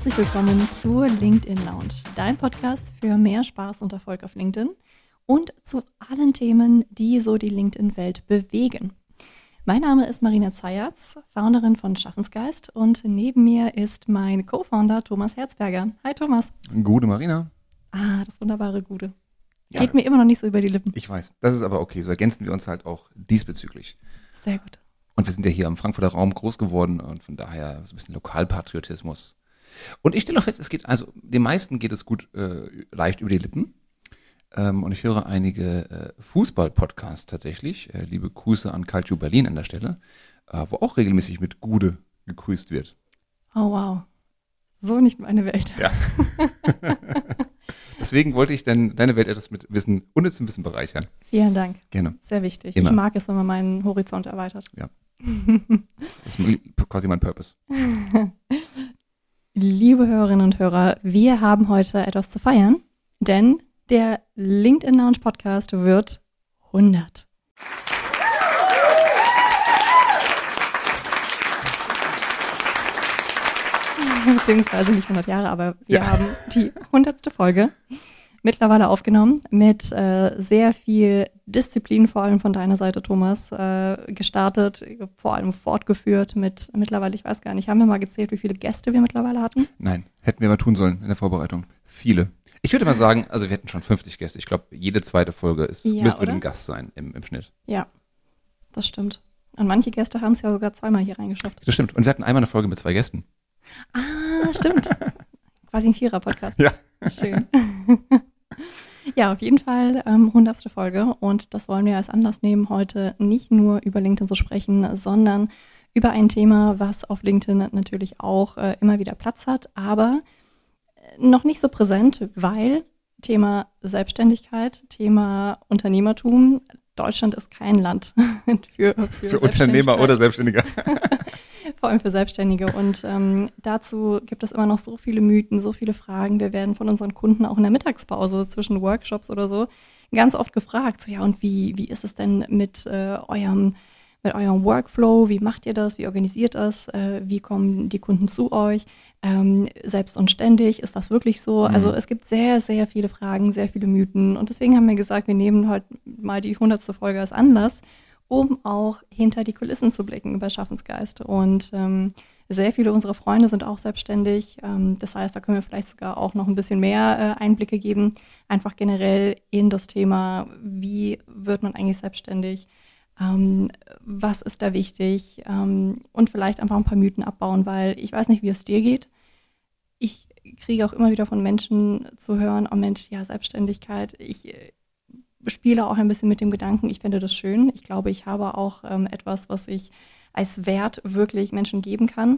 Herzlich willkommen zur LinkedIn Lounge, dein Podcast für mehr Spaß und Erfolg auf LinkedIn und zu allen Themen, die so die LinkedIn-Welt bewegen. Mein Name ist Marina Zayatz, Founderin von Schaffensgeist, und neben mir ist mein Co-Founder Thomas Herzberger. Hi Thomas. Gute Marina. Das wunderbare Gute. Ja, Geht mir immer noch nicht so über die Lippen. ich weiß, das ist aber okay, so ergänzen wir uns halt auch diesbezüglich. Sehr gut. Und wir sind ja hier am Frankfurter Raum groß geworden und von daher so ein bisschen Lokalpatriotismus. Und ich stelle auch fest, den meisten geht es gut, leicht über die Lippen. Und ich höre einige Fußball-Podcasts tatsächlich. Liebe Grüße an Calcio Berlin an der Stelle, wo auch regelmäßig mit Gude gegrüßt wird. Oh wow, so nicht meine Welt. Ja. Deswegen wollte ich deine Welt etwas mit Wissen, unnützem Wissen bereichern. Vielen Dank. Gerne. Sehr wichtig. Immer. Ich mag es, wenn man meinen Horizont erweitert. Ja. Das ist quasi mein Purpose. Liebe Hörerinnen und Hörer, wir haben heute etwas zu feiern, denn der LinkedIn Lounge Podcast wird 100. Beziehungsweise nicht 100 Jahre, aber wir haben die 100. Folge mittlerweile aufgenommen mit sehr viel Disziplin, vor allem von deiner Seite, Thomas, gestartet, vor allem fortgeführt mit mittlerweile, ich weiß gar nicht, haben wir mal gezählt, wie viele Gäste wir mittlerweile hatten? Nein, hätten wir mal tun sollen in der Vorbereitung. Viele. Ich würde mal sagen, also wir hätten schon 50 Gäste. Ich glaube, jede zweite Folge müsste mit einem Gast sein im Schnitt. Ja, das stimmt. Und manche Gäste haben es ja sogar zweimal hier reingeschafft. Das stimmt. Und wir hatten einmal eine Folge mit 2 Gästen. Stimmt. Quasi ein Vierer-Podcast. Ja. Schön. Ja, auf jeden Fall 100. Folge, und das wollen wir als Anlass nehmen, heute nicht nur über LinkedIn zu sprechen, sondern über ein Thema, was auf LinkedIn natürlich auch immer wieder Platz hat, aber noch nicht so präsent, weil Thema Selbstständigkeit, Thema Unternehmertum. Deutschland ist kein Land für Unternehmer oder Selbstständige. Vor allem für Selbstständige. Und dazu gibt es immer noch so viele Mythen, so viele Fragen. Wir werden von unseren Kunden auch in der Mittagspause zwischen Workshops oder so ganz oft gefragt, so, ja, und wie ist es denn mit eurem Workflow? Wie macht ihr das? Wie organisiert das? Wie kommen die Kunden zu euch? Selbst und ständig, ist das wirklich so? Mhm. Also es gibt sehr, sehr viele Fragen, sehr viele Mythen. Und deswegen haben wir gesagt, wir nehmen heute mal die 100. Folge als Anlass, um auch hinter die Kulissen zu blicken bei Schaffensgeist. Und sehr viele unserer Freunde sind auch selbstständig. Das heißt, da können wir vielleicht sogar auch noch ein bisschen mehr Einblicke geben, einfach generell in das Thema, wie wird man eigentlich selbstständig? Was ist da wichtig? Und vielleicht einfach ein paar Mythen abbauen, weil ich weiß nicht, wie es dir geht. Ich kriege auch immer wieder von Menschen zu hören, oh Mensch, ja, Selbstständigkeit. Ich spiele auch ein bisschen mit dem Gedanken, ich finde das schön. Ich glaube, ich habe auch etwas, was ich als Wert wirklich Menschen geben kann.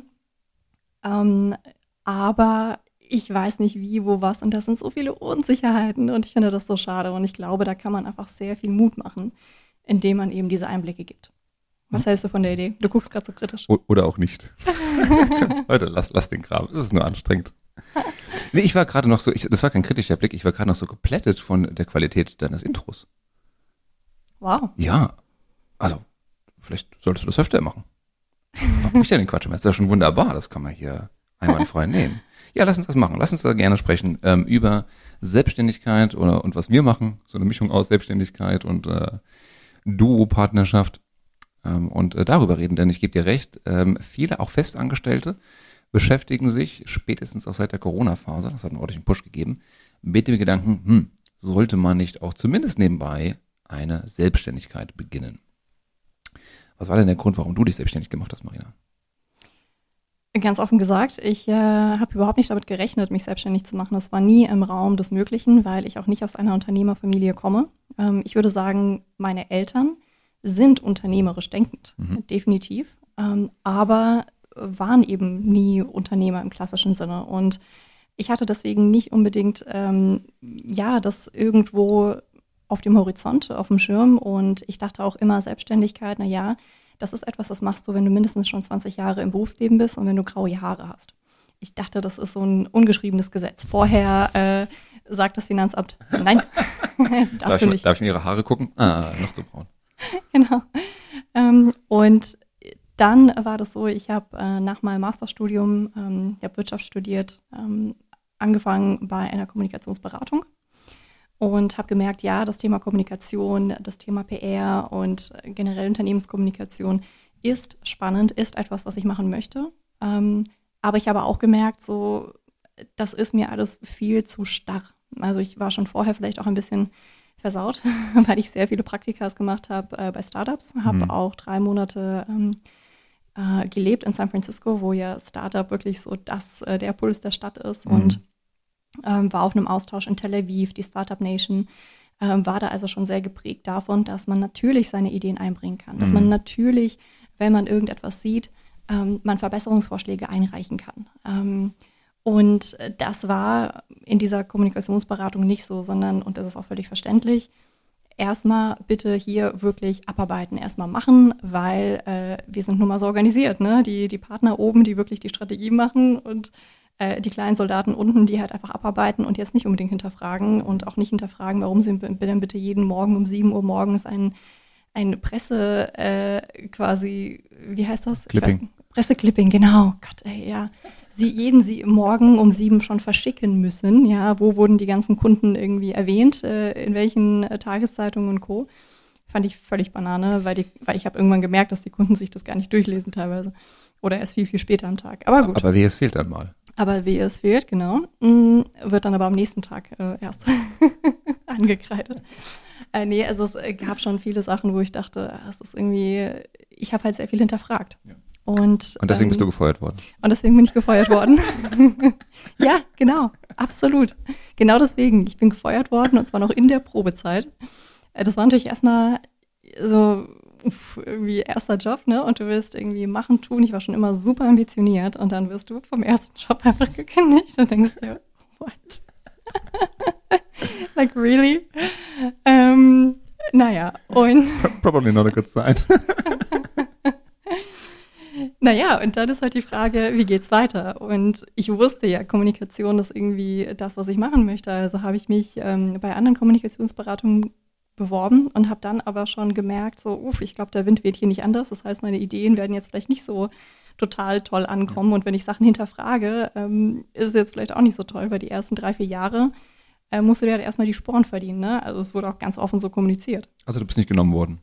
Aber ich weiß nicht wie, wo, was, und das sind so viele Unsicherheiten, und ich finde das so schade, und ich glaube, da kann man einfach sehr viel Mut machen, indem man eben diese Einblicke gibt. Was hältst du von der Idee? Du guckst gerade so kritisch. Oder auch nicht. Leute, lass den Kram. Es ist nur anstrengend. Nee, ich war gerade noch so, das war kein kritischer Blick, ich war gerade noch so geplättet von der Qualität deines Intros. Wow. Ja, also vielleicht solltest du das öfter machen. Mach mich ja den Quatsch, das ist ja schon wunderbar, das kann man hier einwandfrei nehmen. Ja, lass uns das machen, lass uns da gerne sprechen über Selbstständigkeit und was wir machen, so eine Mischung aus Selbstständigkeit und Duo-Partnerschaft und darüber reden, denn ich gebe dir recht, viele auch Festangestellte beschäftigen sich spätestens auch seit der Corona-Phase, das hat einen ordentlichen Push gegeben, mit dem Gedanken, sollte man nicht auch zumindest nebenbei eine Selbstständigkeit beginnen. Was war denn der Grund, warum du dich selbstständig gemacht hast, Marina? Ganz offen gesagt, ich habe überhaupt nicht damit gerechnet, mich selbstständig zu machen. Das war nie im Raum des Möglichen, weil ich auch nicht aus einer Unternehmerfamilie komme. Ich würde sagen, meine Eltern sind unternehmerisch denkend, definitiv, aber waren eben nie Unternehmer im klassischen Sinne. Und ich hatte deswegen nicht unbedingt, das irgendwo auf dem Horizont, auf dem Schirm. Und ich dachte auch immer, Selbstständigkeit, das ist etwas, das machst du, wenn du mindestens schon 20 Jahre im Berufsleben bist und wenn du graue Haare hast. Ich dachte, das ist so ein ungeschriebenes Gesetz. Vorher sagt das Finanzamt, nein, darfst du nicht. Darf ich in ihre Haare gucken? Noch zu braun. Genau. Und dann war das so, ich habe nach meinem Masterstudium, ich habe Wirtschaft studiert, angefangen bei einer Kommunikationsberatung und habe gemerkt, ja, das Thema Kommunikation, das Thema PR und generell Unternehmenskommunikation ist spannend, ist etwas, was ich machen möchte. Aber ich habe auch gemerkt, so, das ist mir alles viel zu starr. Also ich war schon vorher vielleicht auch ein bisschen versaut, weil ich sehr viele Praktikas gemacht habe bei Startups, habe auch 3 Monate gelebt in San Francisco, wo ja Startup wirklich so der Puls der Stadt ist und war auf einem Austausch in Tel Aviv, die Startup Nation, war da also schon sehr geprägt davon, dass man natürlich seine Ideen einbringen kann, dass man natürlich, wenn man irgendetwas sieht, man Verbesserungsvorschläge einreichen kann. Und das war in dieser Kommunikationsberatung nicht so, sondern, und das ist auch völlig verständlich, erstmal bitte hier wirklich abarbeiten, erstmal machen, weil wir sind nun mal so organisiert, ne? Die Partner oben, die wirklich die Strategie machen und die kleinen Soldaten unten, die halt einfach abarbeiten und jetzt nicht unbedingt hinterfragen und auch nicht hinterfragen, warum sie denn bitte jeden Morgen um 7 Uhr morgens ein Presse quasi, wie heißt das? Clipping. Presseclipping, genau. Gott, ey, ja. jeden Morgen um 7 schon verschicken müssen. Ja, wo wurden die ganzen Kunden irgendwie erwähnt, in welchen Tageszeitungen und Co. Fand ich völlig Banane, weil ich habe irgendwann gemerkt, dass die Kunden sich das gar nicht durchlesen teilweise. Oder erst viel, viel später am Tag. Aber gut. Aber es fehlt dann mal. Aber wie es fehlt, genau. Wird dann aber am nächsten Tag erst angekreidet. Nee, also es gab schon viele Sachen, wo ich dachte, es ist irgendwie, ich habe halt sehr viel hinterfragt. Ja. Und deswegen bist du gefeuert worden. Und deswegen bin ich gefeuert worden. Ja, genau, absolut. Genau deswegen. Ich bin gefeuert worden und zwar noch in der Probezeit. Das war natürlich erstmal so irgendwie erster Job, ne? Und du willst irgendwie machen, tun. Ich war schon immer super ambitioniert und dann wirst du vom ersten Job einfach gekündigt und denkst dir, what? Like really? Naja, und Probably not a good sign. Naja, und dann ist halt die Frage, wie geht's weiter? Und ich wusste ja, Kommunikation ist irgendwie das, was ich machen möchte. Also habe ich mich bei anderen Kommunikationsberatungen beworben und habe dann aber schon gemerkt, so, ich glaube, der Wind weht hier nicht anders. Das heißt, meine Ideen werden jetzt vielleicht nicht so total toll ankommen. Und wenn ich Sachen hinterfrage, ist es jetzt vielleicht auch nicht so toll, weil die ersten 3-4 Jahre musst du dir halt erstmal die Sporen verdienen. Ne? Also es wurde auch ganz offen so kommuniziert. Also du bist nicht genommen worden?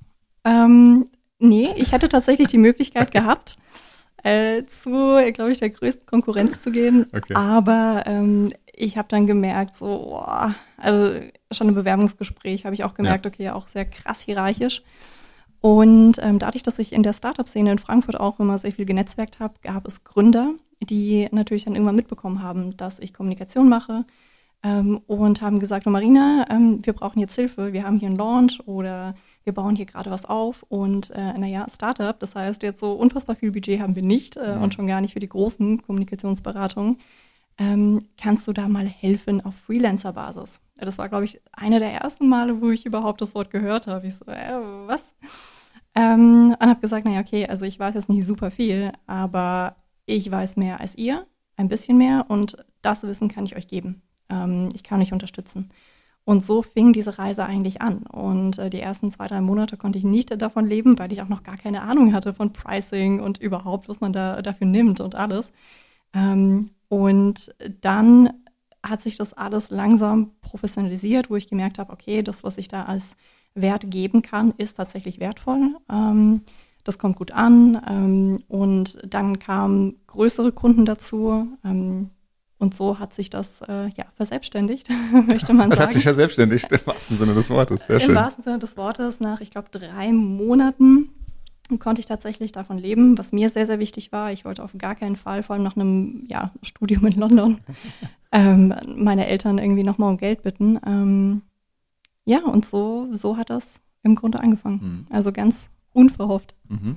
Nee, ich hatte tatsächlich die Möglichkeit gehabt, zu, glaube ich, der größten Konkurrenz zu gehen. Okay. Aber ich habe dann gemerkt, so, also schon im Bewerbungsgespräch habe ich auch gemerkt, okay, auch sehr krass hierarchisch. Und dadurch, dass ich in der Startup-Szene in Frankfurt auch immer sehr viel genetzwerkt habe, gab es Gründer, die natürlich dann irgendwann mitbekommen haben, dass ich Kommunikation mache. Und haben gesagt, oh Marina, wir brauchen jetzt Hilfe, wir haben hier einen Launch oder wir bauen hier gerade was auf und Startup, das heißt jetzt so unfassbar viel Budget haben wir nicht und schon gar nicht für die großen Kommunikationsberatungen. Kannst du da mal helfen auf Freelancer-Basis? Das war, glaube ich, eine der ersten Male, wo ich überhaupt das Wort gehört habe. Ich so, was? Und habe gesagt, okay, also ich weiß jetzt nicht super viel, aber ich weiß mehr als ihr, ein bisschen mehr und das Wissen kann ich euch geben. Ich kann euch unterstützen. Und so fing diese Reise eigentlich an. Und die ersten 2-3 Monate konnte ich nicht davon leben, weil ich auch noch gar keine Ahnung hatte von Pricing und überhaupt, was man da dafür nimmt und alles. Und dann hat sich das alles langsam professionalisiert, wo ich gemerkt habe, okay, das, was ich da als Wert geben kann, ist tatsächlich wertvoll. Das kommt gut an. Und dann kamen größere Kunden dazu. Und so hat sich das verselbstständigt, möchte man sagen. Das hat sich verselbstständigt, im wahrsten Sinne des Wortes. Sehr schön. Im wahrsten Sinne des Wortes. Nach, ich glaube, 3 Monaten konnte ich tatsächlich davon leben, was mir sehr, sehr wichtig war. Ich wollte auf gar keinen Fall, vor allem nach einem Studium in London, meine Eltern irgendwie nochmal um Geld bitten. Und so hat das im Grunde angefangen. Also ganz unverhofft.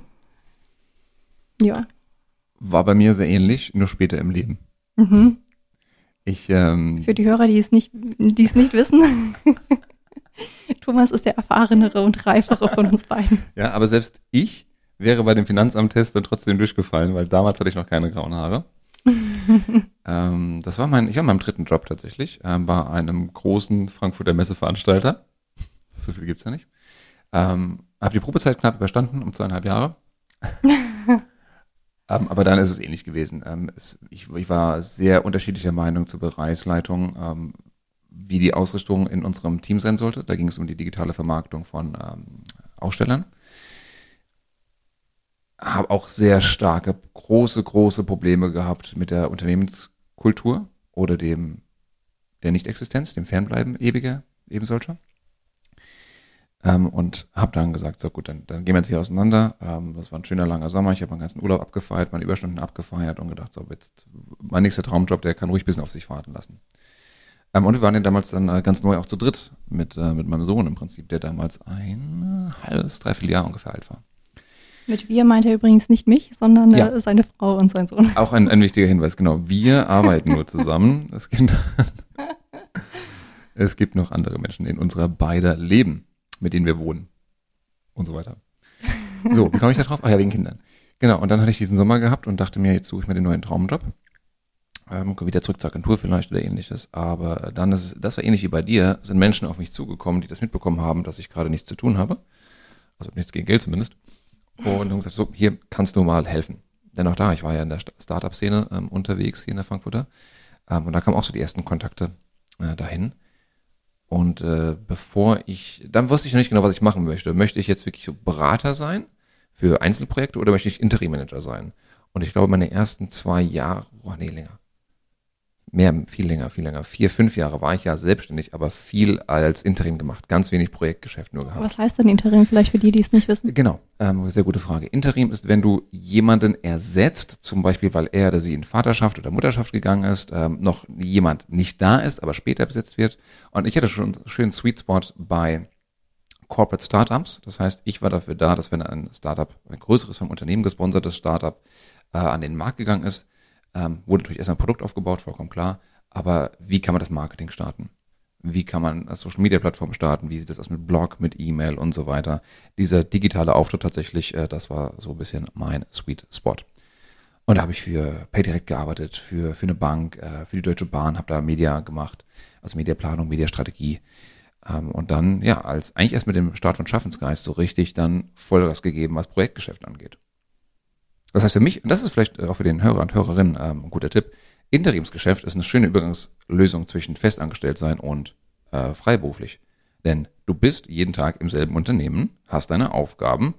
Ja. War bei mir sehr ähnlich, nur später im Leben. Für die Hörer, die es nicht wissen, Thomas ist der erfahrenere und reifere von uns beiden. Ja, aber selbst ich wäre bei dem Finanzamttest dann trotzdem durchgefallen, weil damals hatte ich noch keine grauen Haare. Ich war in meinem 3. Job tatsächlich, bei einem großen Frankfurter Messeveranstalter. So viel gibt's ja nicht. Habe die Probezeit knapp überstanden, um 2,5 Jahre. Aber dann ist es ähnlich gewesen. Ich war sehr unterschiedlicher Meinung zur Bereichsleitung, wie die Ausrichtung in unserem Team sein sollte. Da ging es um die digitale Vermarktung von Ausstellern. Habe auch sehr starke, große Probleme gehabt mit der Unternehmenskultur oder der Nichtexistenz, dem Fernbleiben eben solcher. Und habe dann gesagt, so gut, dann gehen wir jetzt hier auseinander. Das war ein schöner langer Sommer. Ich habe meinen ganzen Urlaub abgefeiert, meine Überstunden abgefeiert und gedacht, so jetzt mein nächster Traumjob, der kann ruhig ein bisschen auf sich warten lassen. Und wir waren ja damals dann ganz neu auch zu dritt mit meinem Sohn im Prinzip, der damals ein halbes, dreiviertel Jahr ungefähr alt war. Mit wir meint er übrigens nicht mich, sondern seine Frau und sein Sohn. Auch ein wichtiger Hinweis, genau. Wir arbeiten nur zusammen. Es gibt noch andere Menschen in unserer beider Leben, mit denen wir wohnen und so weiter. So, wie komme ich da drauf? Ach ja, wegen Kindern. Genau, und dann hatte ich diesen Sommer gehabt und dachte mir, jetzt suche ich mir den neuen Traumjob. Wieder zurück zur Agentur vielleicht oder ähnliches. Aber dann das war ähnlich wie bei dir, sind Menschen auf mich zugekommen, die das mitbekommen haben, dass ich gerade nichts zu tun habe. Also nichts gegen Geld zumindest. Und haben gesagt, so, hier kannst du mal helfen. Denn auch da, ich war ja in der Startup-Szene unterwegs hier in der Frankfurter. Und da kamen auch so die ersten Kontakte dahin. Und dann wusste ich noch nicht genau, was ich machen möchte. Möchte ich jetzt wirklich so Berater sein für Einzelprojekte oder möchte ich Interimmanager sein? Und ich glaube, meine ersten 2 Jahre, länger. Viel länger. 4, 5 Jahre war ich ja selbstständig, aber viel als Interim gemacht. Ganz wenig Projektgeschäft nur gehabt. Was heißt denn Interim vielleicht für die es nicht wissen? Genau, sehr gute Frage. Interim ist, wenn du jemanden ersetzt, zum Beispiel, weil er oder sie in Vaterschaft oder Mutterschaft gegangen ist, noch jemand nicht da ist, aber später besetzt wird. Und ich hatte schon einen schönen Sweet Spot bei Corporate Startups. Das heißt, ich war dafür da, dass wenn ein Startup, ein größeres vom Unternehmen gesponsertes Startup an den Markt gegangen ist, wurde natürlich erstmal ein Produkt aufgebaut, vollkommen klar. Aber wie kann man das Marketing starten? Wie kann man Social Media Plattformen starten? Wie sieht das aus mit Blog, mit E-Mail und so weiter? Dieser digitale Auftritt tatsächlich, das war so ein bisschen mein Sweet Spot. Und da habe ich für PayDirect gearbeitet, für eine Bank, für die Deutsche Bahn, habe da Media gemacht, also Mediaplanung, Mediastrategie. Und dann, eigentlich erst mit dem Start von Schaffensgeist so richtig dann Vollgas gegeben, was Projektgeschäft angeht. Das heißt für mich, und das ist vielleicht auch für den Hörer und Hörerinnen ein guter Tipp, Interimsgeschäft ist eine schöne Übergangslösung zwischen Festangestelltsein und freiberuflich. Denn du bist jeden Tag im selben Unternehmen, hast deine Aufgaben,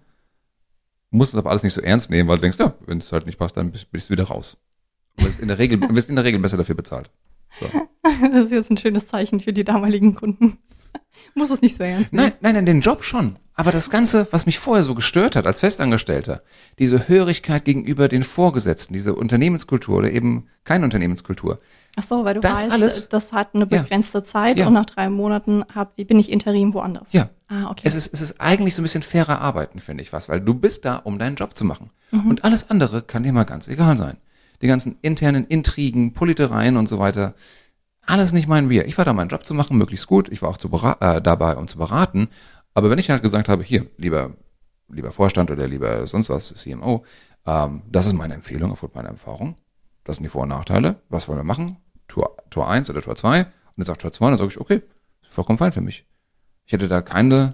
musst es aber alles nicht so ernst nehmen, weil du denkst, ja, wenn es halt nicht passt, dann bist du wieder raus. Du wirst in der Regel besser dafür bezahlt. So. Das ist jetzt ein schönes Zeichen für die damaligen Kunden. Muss es nicht so ernst nehmen. Nein, den Job schon. Aber das Ganze, was mich vorher so gestört hat als Festangestellter, diese Hörigkeit gegenüber den Vorgesetzten, diese Unternehmenskultur oder eben keine Unternehmenskultur. Ach so, weil du das weißt, alles, das hat eine begrenzte Zeit und nach 3 Monaten bin ich Interim woanders. Ja. Ah, okay. Es ist eigentlich so ein bisschen fairer Arbeiten, finde ich was, weil du bist da, um deinen Job zu machen. Und alles andere kann dir mal ganz egal sein. Die ganzen internen Intrigen, Politereien und so weiter, alles nicht mein Bier. Ich war da, meinen Job zu machen, möglichst gut. Ich war auch dabei, um zu beraten. Aber wenn ich halt gesagt habe, hier, lieber Vorstand oder lieber sonst was, CMO, das ist meine Empfehlung aufgrund meiner Erfahrung. Das sind die Vor- und Nachteile. Was wollen wir machen? Tor 1 oder Tor 2? Und jetzt sagt Tor 2, dann sage ich, okay, ist vollkommen fein für mich. Ich hätte da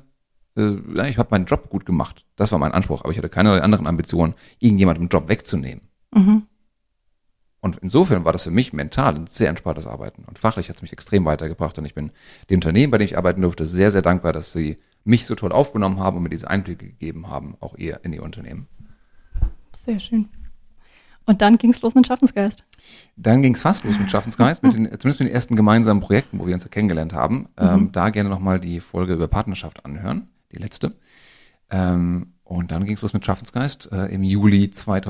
ich habe meinen Job gut gemacht. Das war mein Anspruch. Aber ich hatte keine anderen Ambitionen, irgendjemandem Job wegzunehmen. Und insofern war das für mich mental ein sehr entspanntes Arbeiten. Und fachlich hat es mich extrem weitergebracht. Und ich bin dem Unternehmen, bei dem ich arbeiten durfte, sehr, sehr dankbar, dass sie mich so toll aufgenommen haben und mir diese Einblicke gegeben haben, auch ihr in ihr Unternehmen. Sehr schön. Und dann ging es los mit Schaffensgeist. Dann ging es fast los mit Schaffensgeist, zumindest mit den ersten gemeinsamen Projekten, wo wir uns kennengelernt haben. Da gerne nochmal die Folge über Partnerschaft anhören, die letzte. Und dann ging es los mit Schaffensgeist. Im Juli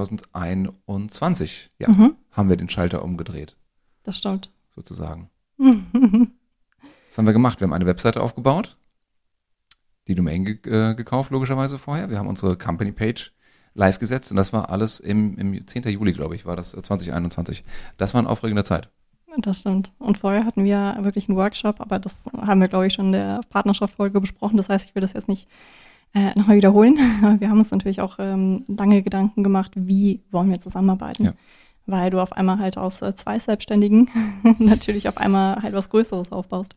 2021 haben wir den Schalter umgedreht. Das stimmt. Sozusagen. Was haben wir gemacht? Wir haben eine Webseite aufgebaut, die Domain gekauft, logischerweise vorher. Wir haben unsere Company-Page live gesetzt und das war alles im 10. Juli, glaube ich, war das 2021. Das war eine aufregende Zeit. Das stimmt. Und vorher hatten wir wirklich einen Workshop, aber das haben wir, glaube ich, schon in der Partnerschaft-Folge besprochen. Das heißt, ich will das jetzt nicht nochmal wiederholen. Wir haben uns natürlich auch lange Gedanken gemacht, wie wollen wir zusammenarbeiten. Ja. Weil du auf einmal halt aus 2 Selbstständigen natürlich auf einmal halt was Größeres aufbaust.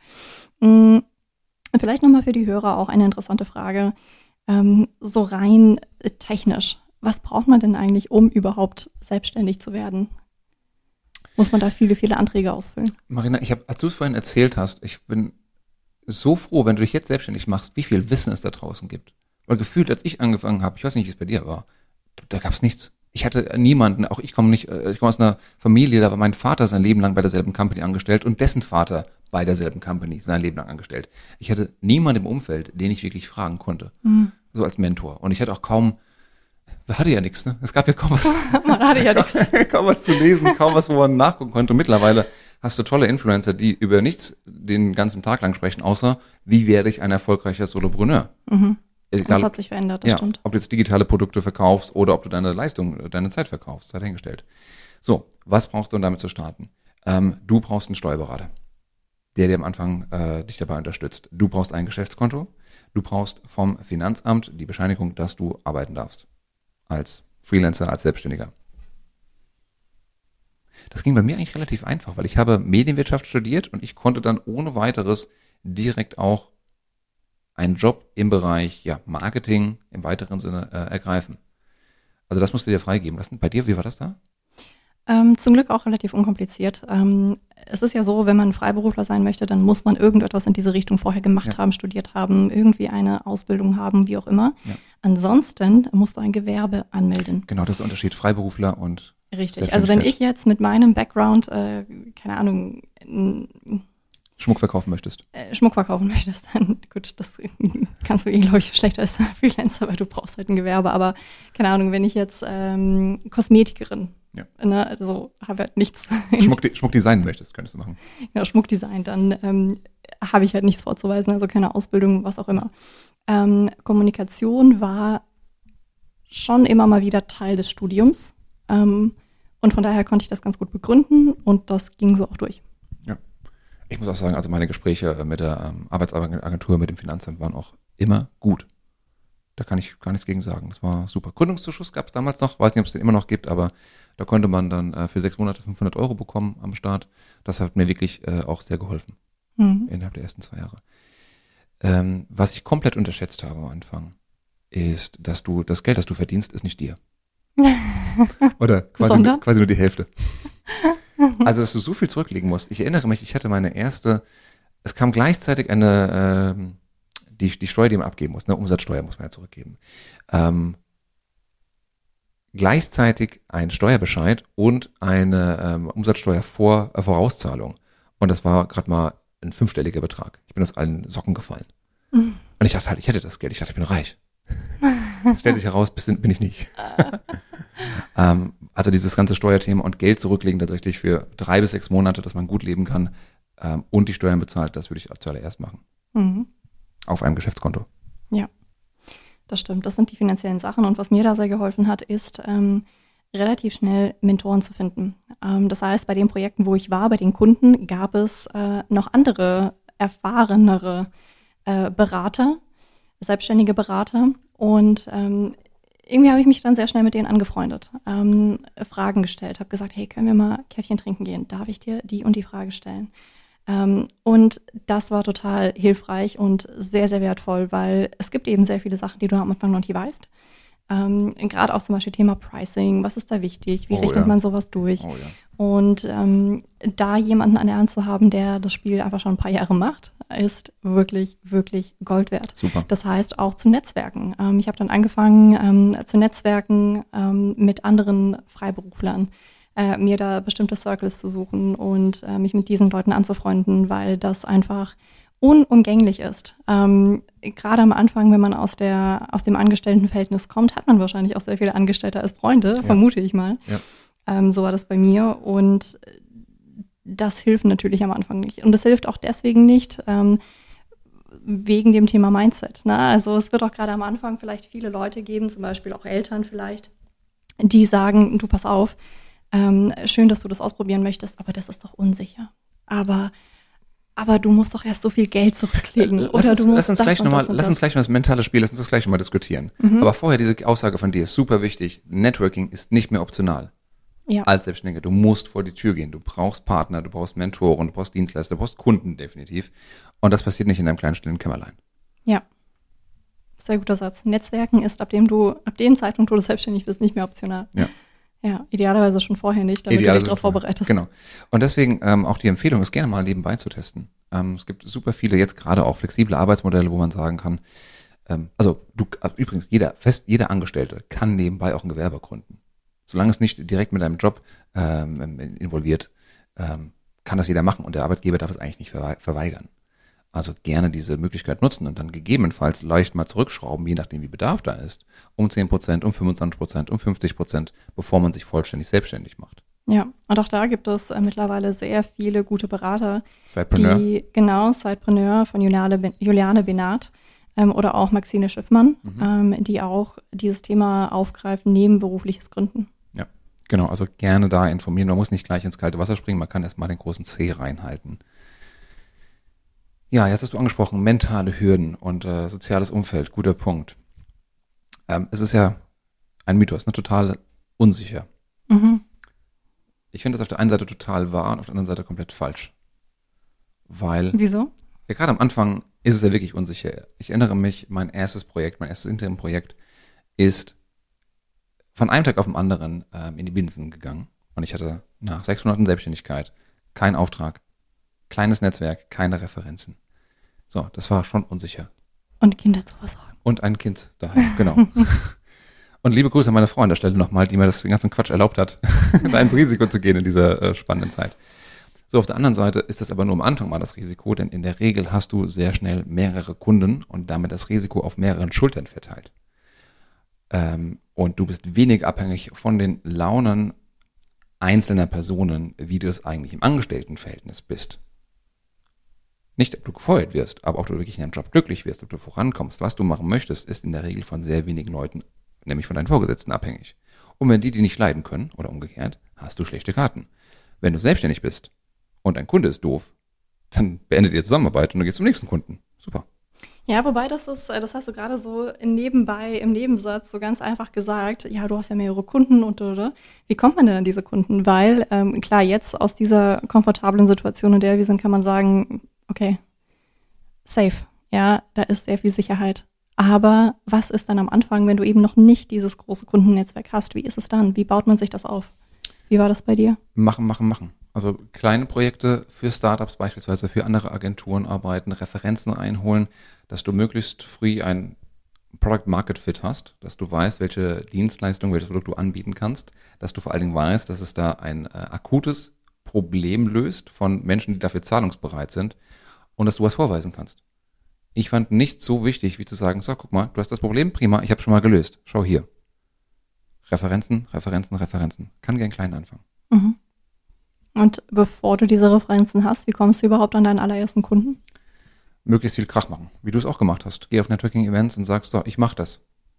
Vielleicht nochmal für die Hörer auch eine interessante Frage. So rein technisch. was braucht man denn eigentlich, um überhaupt selbstständig zu werden? Muss man da viele, viele Anträge ausfüllen? Marina, als du es vorhin erzählt hast, ich bin so froh, wenn du dich jetzt selbstständig machst, wie viel Wissen es da draußen gibt. Weil gefühlt, als ich angefangen habe, ich weiß nicht, wie es bei dir war, da gab es nichts. Ich hatte niemanden, auch ich komme aus einer Familie, da war mein Vater sein Leben lang bei derselben Company angestellt und dessen Vater bei derselben Company sein Leben lang angestellt. Ich hatte niemanden im Umfeld, den ich wirklich fragen konnte. So als Mentor. Und ich hatte auch hatte ja nichts, ne? Es gab ja kaum was. Man hatte ja nichts. Kaum was zu lesen, kaum was, wo man nachgucken konnte. Und mittlerweile hast du tolle Influencer, die über nichts den ganzen Tag lang sprechen, außer wie werde ich ein erfolgreicher Solopreneur. Das hat sich verändert, das stimmt. Ob du jetzt digitale Produkte verkaufst oder ob du deine Leistung, deine Zeit verkaufst, sei dahingestellt. So, was brauchst du, um damit zu starten? Du brauchst einen Steuerberater, der dir am Anfang dich dabei unterstützt. Du brauchst ein Geschäftskonto. Du brauchst vom Finanzamt die Bescheinigung, dass du arbeiten darfst. Als Freelancer, als Selbstständiger. Das ging bei mir eigentlich relativ einfach, weil ich habe Medienwirtschaft studiert und ich konnte dann ohne weiteres direkt auch einen Job im Bereich Marketing im weiteren Sinne ergreifen. Also das musst du dir freigeben lassen. Bei dir, wie war das da? Zum Glück auch relativ unkompliziert. Es ist ja so, wenn man Freiberufler sein möchte, dann muss man irgendetwas in diese Richtung vorher gemacht haben, studiert haben, irgendwie eine Ausbildung haben, wie auch immer. Ja. Ansonsten musst du ein Gewerbe anmelden. Genau, das ist der Unterschied, Freiberufler und Richtig, also wenn ich jetzt mit meinem Background, keine Ahnung, Schmuck verkaufen möchtest. Dann gut, das kannst du glaube ich, schlechter als Freelancer, weil du brauchst halt ein Gewerbe. Aber keine Ahnung, wenn ich jetzt Kosmetikerin, ne, also habe halt nichts. Schmuck designen möchtest, könntest du machen. Ja, Schmuckdesign, dann habe ich halt nichts vorzuweisen, also keine Ausbildung, was auch immer. Kommunikation war schon immer mal wieder Teil des Studiums. Und von daher konnte ich das ganz gut begründen und das ging so auch durch. Ja. Ich muss auch sagen, also meine Gespräche mit der Arbeitsagentur, mit dem Finanzamt waren auch immer gut. Da kann ich gar nichts gegen sagen. Das war super. Gründungszuschuss gab es damals noch, weiß nicht, ob es den immer noch gibt, aber da konnte man dann für 6 Monate 500 € bekommen am Start. Das hat mir wirklich auch sehr geholfen innerhalb der ersten 2 Jahre. Was ich komplett unterschätzt habe am Anfang, ist, dass das Geld, das du verdienst, ist nicht dir. Oder quasi nur die Hälfte. Also, dass du so viel zurücklegen musst. Ich erinnere mich, ich hatte es kam gleichzeitig die Steuer, die man abgeben muss, ne, Umsatzsteuer muss man ja zurückgeben. Gleichzeitig ein Steuerbescheid und eine Umsatzsteuer-Vorauszahlung. Und das war gerade mal ein 5-stelliger Betrag. Ich bin aus allen Socken gefallen. Und ich dachte halt, ich hätte das Geld. Ich dachte, ich bin reich. Stellt sich heraus, bin ich nicht. Also dieses ganze Steuerthema und Geld zurücklegen tatsächlich für 3 bis 6 Monate, dass man gut leben kann und die Steuern bezahlt, das würde ich zuallererst machen. Auf einem Geschäftskonto. Ja, das stimmt. Das sind die finanziellen Sachen. Und was mir da sehr geholfen hat, ist relativ schnell Mentoren zu finden. Das heißt, bei den Projekten, wo ich war, bei den Kunden, gab es noch andere, erfahrenere Berater, selbstständige Berater. Und irgendwie habe ich mich dann sehr schnell mit denen angefreundet, Fragen gestellt, habe gesagt, hey, können wir mal Käffchen trinken gehen? Darf ich dir die und die Frage stellen? Und das war total hilfreich und sehr, sehr wertvoll, weil es gibt eben sehr viele Sachen, die du am Anfang noch nicht weißt. Gerade auch zum Beispiel Thema Pricing, was ist da wichtig, wie rechnet man sowas durch? Oh, ja. Und da jemanden an der Hand zu haben, der das Spiel einfach schon ein paar Jahre macht, ist wirklich, wirklich Gold wert. Super. Das heißt auch zu Netzwerken. Ich habe dann angefangen zu netzwerken mit anderen Freiberuflern, mir da bestimmte Circles zu suchen und mich mit diesen Leuten anzufreunden, weil das einfach unumgänglich ist. Gerade am Anfang, wenn man aus dem Angestelltenverhältnis kommt, hat man wahrscheinlich auch sehr viele Angestellte als Freunde, vermute ich mal. Ja. So war das bei mir und das hilft natürlich am Anfang nicht. Und das hilft auch deswegen nicht, wegen dem Thema Mindset. Ne? Also es wird auch gerade am Anfang vielleicht viele Leute geben, zum Beispiel auch Eltern vielleicht, die sagen, du pass auf, schön, dass du das ausprobieren möchtest, aber das ist doch unsicher. Aber du musst doch erst so viel Geld zurücklegen. Lass uns gleich mal das mentale Spiel, lass uns das gleich nochmal diskutieren. Aber vorher diese Aussage von dir ist super wichtig. Networking ist nicht mehr optional. Ja. Als Selbstständiger. Du musst vor die Tür gehen. Du brauchst Partner, du brauchst Mentoren, du brauchst Dienstleister, du brauchst Kunden definitiv. Und das passiert nicht in einem kleinen stillen Kämmerlein. Ja. sehr guter Satz. Netzwerken ist ab dem Zeitpunkt, wo du selbstständig bist, nicht mehr optional. Ja. Ja, idealerweise schon vorher nicht, damit du dich darauf vorbereitest. Genau. Und deswegen auch die Empfehlung, es gerne mal nebenbei zu testen. Es gibt super viele, jetzt gerade auch flexible Arbeitsmodelle, wo man sagen kann, übrigens, jeder Angestellte kann nebenbei auch ein Gewerbe gründen. Solange es nicht direkt mit einem Job involviert, kann das jeder machen und der Arbeitgeber darf es eigentlich nicht verweigern. Also gerne diese Möglichkeit nutzen und dann gegebenenfalls leicht mal zurückschrauben, je nachdem wie Bedarf da ist, um 10%, um 25%, um 50%, bevor man sich vollständig selbstständig macht. Ja, und auch da gibt es mittlerweile sehr viele gute Berater. Sidepreneur. Sidepreneur von Juliane Benat oder auch Maxine Schiffmann, die auch dieses Thema aufgreifen, nebenberufliches Gründen. Ja, genau, also gerne da informieren. Man muss nicht gleich ins kalte Wasser springen, man kann erstmal den großen Zeh reinhalten. Ja, jetzt hast du angesprochen, mentale Hürden und soziales Umfeld, guter Punkt. Es ist ja ein Mythos, total unsicher. Mhm. Ich finde das auf der einen Seite total wahr und auf der anderen Seite komplett falsch. Weil Wieso? Ja, gerade am Anfang ist es ja wirklich unsicher. Ich erinnere mich, mein erstes Interim-Projekt ist von einem Tag auf den anderen in die Binsen gegangen. Und ich hatte nach 6 Monaten Selbstständigkeit keinen Auftrag, kleines Netzwerk, keine Referenzen. So, das war schon unsicher. Und Kinder zu versorgen. Und ein Kind daheim, genau. Und liebe Grüße an meine Frau an der Stelle nochmal, die mir das den ganzen Quatsch erlaubt hat, da ins Risiko zu gehen in dieser spannenden Zeit. So, auf der anderen Seite ist das aber nur am Anfang mal das Risiko, denn in der Regel hast du sehr schnell mehrere Kunden und damit das Risiko auf mehreren Schultern verteilt. Und du bist wenig abhängig von den Launen einzelner Personen, wie du es eigentlich im Angestelltenverhältnis bist. Nicht, ob du gefeuert wirst, aber ob du wirklich in deinem Job glücklich wirst, ob du vorankommst. Was du machen möchtest, ist in der Regel von sehr wenigen Leuten, nämlich von deinen Vorgesetzten, abhängig. Und wenn die nicht leiden können, oder umgekehrt, hast du schlechte Karten. Wenn du selbstständig bist und ein Kunde ist doof, dann beendet ihr Zusammenarbeit und du gehst zum nächsten Kunden. Super. Ja, wobei das hast du gerade so nebenbei im Nebensatz so ganz einfach gesagt, ja, du hast ja mehrere Kunden oder. Wie kommt man denn an diese Kunden? Weil, klar, jetzt aus dieser komfortablen Situation, in der wir sind, kann man sagen, okay, safe, ja, da ist sehr viel Sicherheit. Aber was ist dann am Anfang, wenn du eben noch nicht dieses große Kundennetzwerk hast? Wie ist es dann? Wie baut man sich das auf? Wie war das bei dir? Machen. Also kleine Projekte für Startups beispielsweise, für andere Agenturen arbeiten, Referenzen einholen, dass du möglichst früh ein Product Market Fit hast, dass du weißt, welche Dienstleistung, welches Produkt du anbieten kannst, dass du vor allen Dingen weißt, dass es da ein akutes Problem löst von Menschen, die dafür zahlungsbereit sind und dass du was vorweisen kannst. Ich fand nichts so wichtig, wie zu sagen, so, guck mal, du hast das Problem, prima, ich habe schon mal gelöst. Schau hier. Referenzen. Kann gern klein anfangen. Mhm. Und bevor du diese Referenzen hast, wie kommst du überhaupt an deinen allerersten Kunden? Möglichst viel Krach machen, wie du es auch gemacht hast. Geh auf Networking-Events und sagst, so, ich mach das.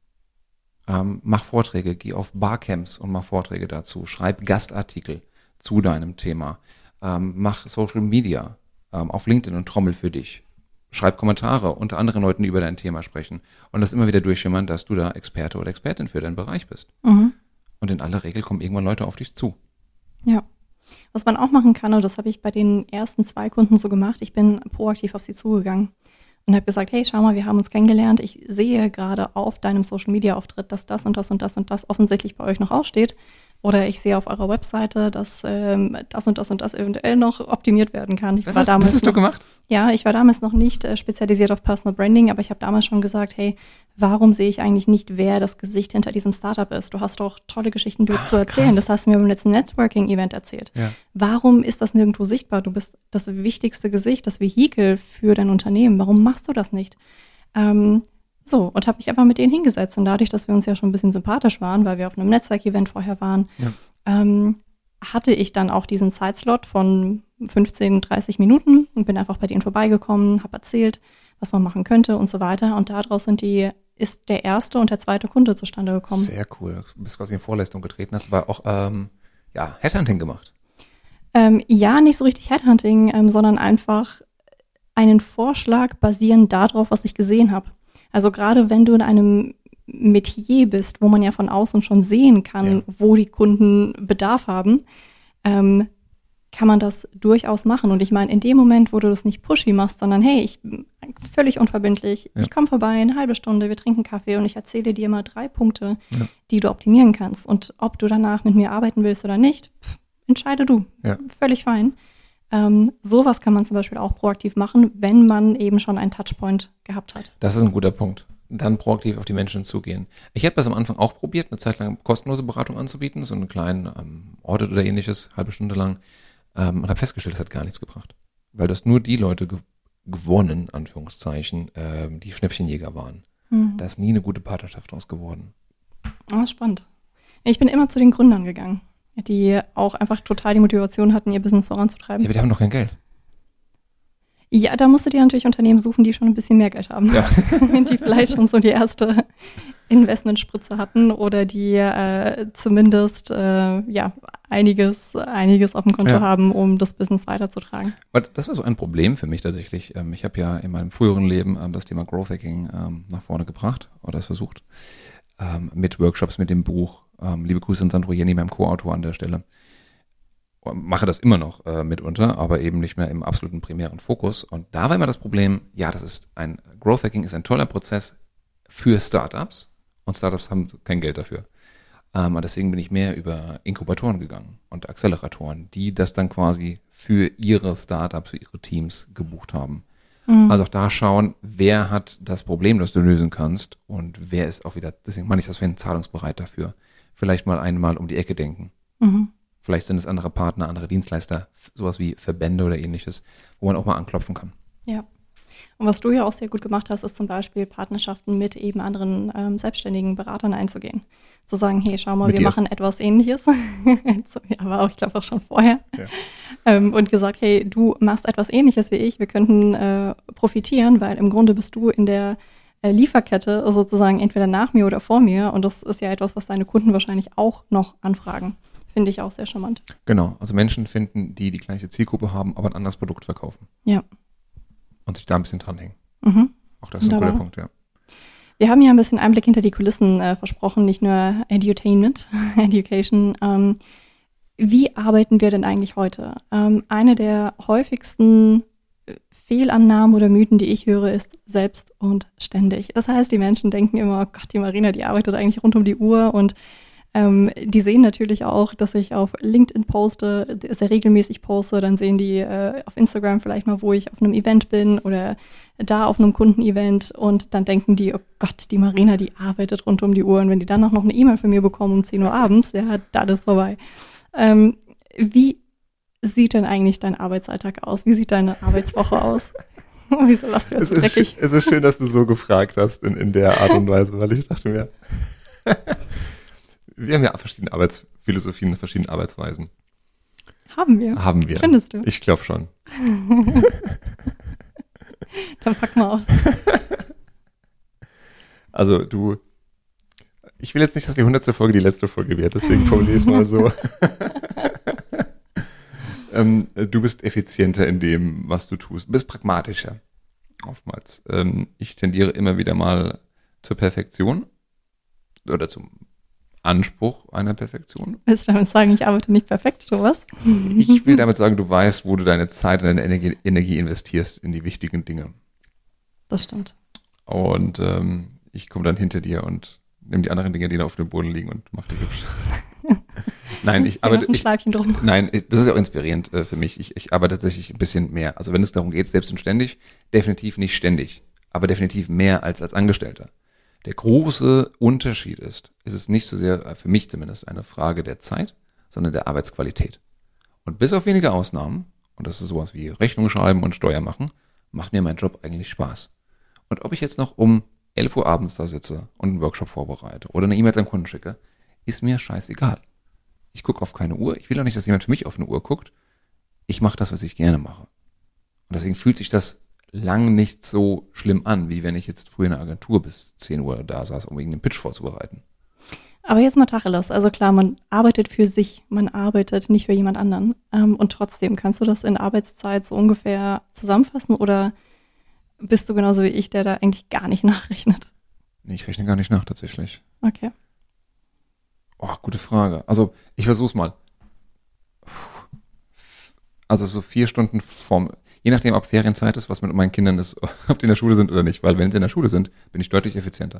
Mach Vorträge, geh auf Barcamps und mach Vorträge dazu. Schreib Gastartikel zu deinem Thema. Mach Social Media auf LinkedIn und trommel für dich. Schreib Kommentare, unter anderen Leuten, die über dein Thema sprechen. Und das immer wieder durchschimmern, dass du da Experte oder Expertin für deinen Bereich bist. Mhm. Und in aller Regel kommen irgendwann Leute auf dich zu. Ja. Was man auch machen kann, und das habe ich bei den ersten 2 Kunden so gemacht, ich bin proaktiv auf sie zugegangen und habe gesagt, hey, schau mal, wir haben uns kennengelernt, ich sehe gerade auf deinem Social-Media-Auftritt, dass das und das und das und das offensichtlich bei euch noch aussteht. Oder ich sehe auf eurer Webseite, dass das und das und das eventuell noch optimiert werden kann. Das hast du gemacht? Ja, ich war damals noch nicht spezialisiert auf Personal Branding, aber ich habe damals schon gesagt, hey, warum sehe ich eigentlich nicht, wer das Gesicht hinter diesem Startup ist? Du hast doch tolle Geschichten zu erzählen. Krass. Das hast du mir beim letzten Networking-Event erzählt. Ja. Warum ist das nirgendwo sichtbar? Du bist das wichtigste Gesicht, das Vehikel für dein Unternehmen. Warum machst du das nicht? So, und habe mich einfach mit denen hingesetzt. Und dadurch, dass wir uns ja schon ein bisschen sympathisch waren, weil wir auf einem Netzwerkevent vorher waren, hatte ich dann auch diesen Zeitslot von 15, 30 Minuten und bin einfach bei denen vorbeigekommen, habe erzählt, was man machen könnte und so weiter. Und daraus ist der erste und der zweite Kunde zustande gekommen. Sehr cool. Du bist quasi in Vorleistung getreten, hast aber auch Headhunting gemacht. Ja, nicht so richtig Headhunting, sondern einfach einen Vorschlag basierend darauf, was ich gesehen habe. Also gerade wenn du in einem Metier bist, wo man ja von außen schon sehen kann, wo die Kunden Bedarf haben, kann man das durchaus machen. Und ich meine, in dem Moment, wo du das nicht pushy machst, sondern hey, ich völlig unverbindlich. Ja. Ich komme vorbei, eine halbe Stunde, wir trinken Kaffee und ich erzähle dir mal 3 Punkte, Ja. die du optimieren kannst. Und ob du danach mit mir arbeiten willst oder nicht, entscheide du. Ja. Völlig fein. Sowas kann man zum Beispiel auch proaktiv machen, wenn man eben schon einen Touchpoint gehabt hat. Das ist ein guter Punkt. Dann proaktiv auf die Menschen zugehen. Ich hätte das am Anfang auch probiert, eine Zeit lang kostenlose Beratung anzubieten, so einen kleinen Audit oder ähnliches, halbe Stunde lang, und habe festgestellt, das hat gar nichts gebracht. Weil das nur die Leute gewonnen, Anführungszeichen, die Schnäppchenjäger waren. Da ist nie eine gute Partnerschaft draus geworden. Spannend. Ich bin immer zu den Gründern gegangen, die auch einfach total die Motivation hatten, ihr Business voranzutreiben. Ja, aber die haben doch kein Geld. Ja, da musst du dir natürlich Unternehmen suchen, die schon ein bisschen mehr Geld haben. Ja. Die vielleicht schon so die erste Investmentspritze hatten oder die zumindest einiges auf dem Konto haben, um das Business weiterzutragen. Und das war so ein Problem für mich tatsächlich. Ich habe ja in meinem früheren Leben das Thema Growth Hacking nach vorne gebracht oder es versucht. Mit Workshops, mit dem Buch. Liebe Grüße an Sandro Jenny, meinem Co-Autor an der Stelle. Mache das immer noch mitunter, aber eben nicht mehr im absoluten primären Fokus. Und da war immer das Problem, ja, Growth Hacking ist ein toller Prozess für Startups und Startups haben kein Geld dafür. Und deswegen bin ich mehr über Inkubatoren gegangen und Acceleratoren, die das dann quasi für ihre Startups, für ihre Teams gebucht haben. Also auch da schauen, wer hat das Problem, das du lösen kannst und wer ist auch wieder, deswegen meine ich das, für zahlungsbereit dafür. Vielleicht mal einmal um die Ecke denken. Vielleicht sind es andere Partner, andere Dienstleister, sowas wie Verbände oder ähnliches, wo man auch mal anklopfen kann. Ja. Und was du ja auch sehr gut gemacht hast, ist zum Beispiel Partnerschaften mit eben anderen selbstständigen Beratern einzugehen. Zu sagen, hey, schau mal, wir machen etwas Ähnliches. Aber auch, ich glaube auch schon vorher. Ja. Und gesagt, hey, du machst etwas Ähnliches wie ich. Wir könnten profitieren, weil im Grunde bist du in der Lieferkette sozusagen entweder nach mir oder vor mir. Und das ist ja etwas, was deine Kunden wahrscheinlich auch noch anfragen. Finde ich auch sehr charmant. Genau, also Menschen finden, die gleiche Zielgruppe haben, aber ein anderes Produkt verkaufen. Ja. Und sich da ein bisschen dranhängen. Auch das ist ein guter Punkt, ja. Wir haben ja ein bisschen Einblick hinter die Kulissen versprochen, nicht nur Edutainment, Education. Wie arbeiten wir denn eigentlich heute? Eine der häufigsten Fehlannahmen oder Mythen, die ich höre, ist selbst und ständig. Das heißt, die Menschen denken immer, oh Gott, die Marina, die arbeitet eigentlich rund um die Uhr und die sehen natürlich auch, dass ich auf LinkedIn poste, sehr regelmäßig poste, dann sehen die auf Instagram vielleicht mal, wo ich auf einem Event bin oder da auf einem Kundenevent und dann denken die, oh Gott, die Marina, die arbeitet rund um die Uhr und wenn die dann auch noch eine E-Mail von mir bekommen um 10 Uhr abends, ja, dann ist vorbei. Wie sieht denn eigentlich dein Arbeitsalltag aus? Wie sieht deine Arbeitswoche aus? Wieso lachst du jetzt so dreckig? Es ist schön, dass du so gefragt hast in der Art und Weise, weil ich dachte mir, wir haben ja verschiedene Arbeitsphilosophien, verschiedene Arbeitsweisen. Haben wir. Findest du? Ich glaube schon. Dann pack mal aus. Also ich will jetzt nicht, dass die 100. Folge die letzte Folge wird, deswegen formuliere ich es mal so. Du bist effizienter in dem, was du tust. Du bist pragmatischer, oftmals. Ich tendiere immer wieder mal zur Perfektion oder zum Anspruch einer Perfektion. Willst du damit sagen, ich arbeite nicht perfekt, oder was? Ich will damit sagen, du weißt, wo du deine Zeit und deine Energie investierst in die wichtigen Dinge. Das stimmt. Und ich komme dann hinter dir und nehme die anderen Dinge, die da auf dem Boden liegen und mache die hübsch. Nein, ich arbeite. Ein Schleifchen drum. Nein, das ist ja auch inspirierend für mich. Ich arbeite tatsächlich ein bisschen mehr. Also wenn es darum geht, selbst und ständig, definitiv nicht ständig, aber definitiv mehr als Angestellter. Der große Unterschied ist, es ist nicht so sehr, für mich zumindest, eine Frage der Zeit, sondern der Arbeitsqualität. Und bis auf wenige Ausnahmen, und das ist sowas wie Rechnung schreiben und Steuer machen, macht mir mein Job eigentlich Spaß. Und ob ich jetzt noch um 11 Uhr abends da sitze und einen Workshop vorbereite oder eine E-Mail an Kunden schicke, ist mir scheißegal. Ich gucke auf keine Uhr, ich will auch nicht, dass jemand für mich auf eine Uhr guckt. Ich mache das, was ich gerne mache. Und deswegen fühlt sich das lang nicht so schlimm an, wie wenn ich jetzt früher in der Agentur bis 10 Uhr da saß, um irgendeinen Pitch vorzubereiten. Aber jetzt mal Tacheles. Also klar, man arbeitet für sich, man arbeitet nicht für jemand anderen. Und trotzdem, kannst du das in Arbeitszeit so ungefähr zusammenfassen oder bist du genauso wie ich, der da eigentlich gar nicht nachrechnet? Nee, ich rechne gar nicht nach, tatsächlich. Okay. Oh, gute Frage. Also, ich versuch's mal. Also so 4 Stunden Je nachdem, ob Ferienzeit ist, was mit meinen Kindern ist, ob die in der Schule sind oder nicht. Weil wenn sie in der Schule sind, bin ich deutlich effizienter.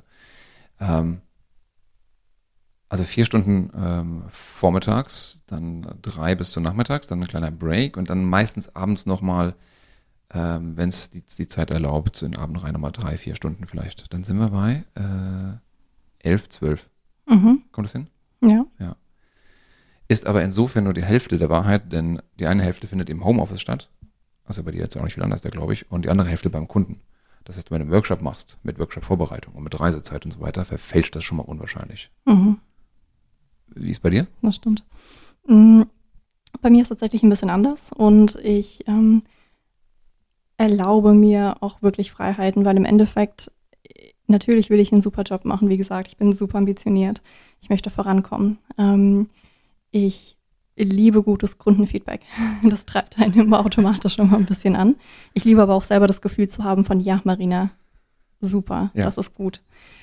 Also 4 Stunden vormittags, dann 3 bis zum Nachmittags, dann ein kleiner Break und dann meistens abends nochmal, wenn es die Zeit erlaubt, so in den Abend rein nochmal 3, 4 Stunden vielleicht. Dann sind wir bei 11, 12. Kommt das hin? Ja. Ist aber insofern nur die Hälfte der Wahrheit, denn die eine Hälfte findet im Homeoffice statt. Also bei dir jetzt auch nicht viel anders, glaube ich. Und die andere Hälfte beim Kunden. Das heißt, wenn du einen Workshop machst, mit Workshop-Vorbereitung und mit Reisezeit und so weiter, verfälscht das schon mal unwahrscheinlich. Wie ist bei dir? Das stimmt. Bei mir ist es tatsächlich ein bisschen anders und ich erlaube mir auch wirklich Freiheiten, weil im Endeffekt, natürlich will ich einen super Job machen. Wie gesagt, ich bin super ambitioniert. Ich möchte vorankommen. Ich liebe gutes Kundenfeedback. Das treibt einen immer automatisch immer ein bisschen an. Ich liebe aber auch selber das Gefühl zu haben von, ja, Marina, super, das ist gut.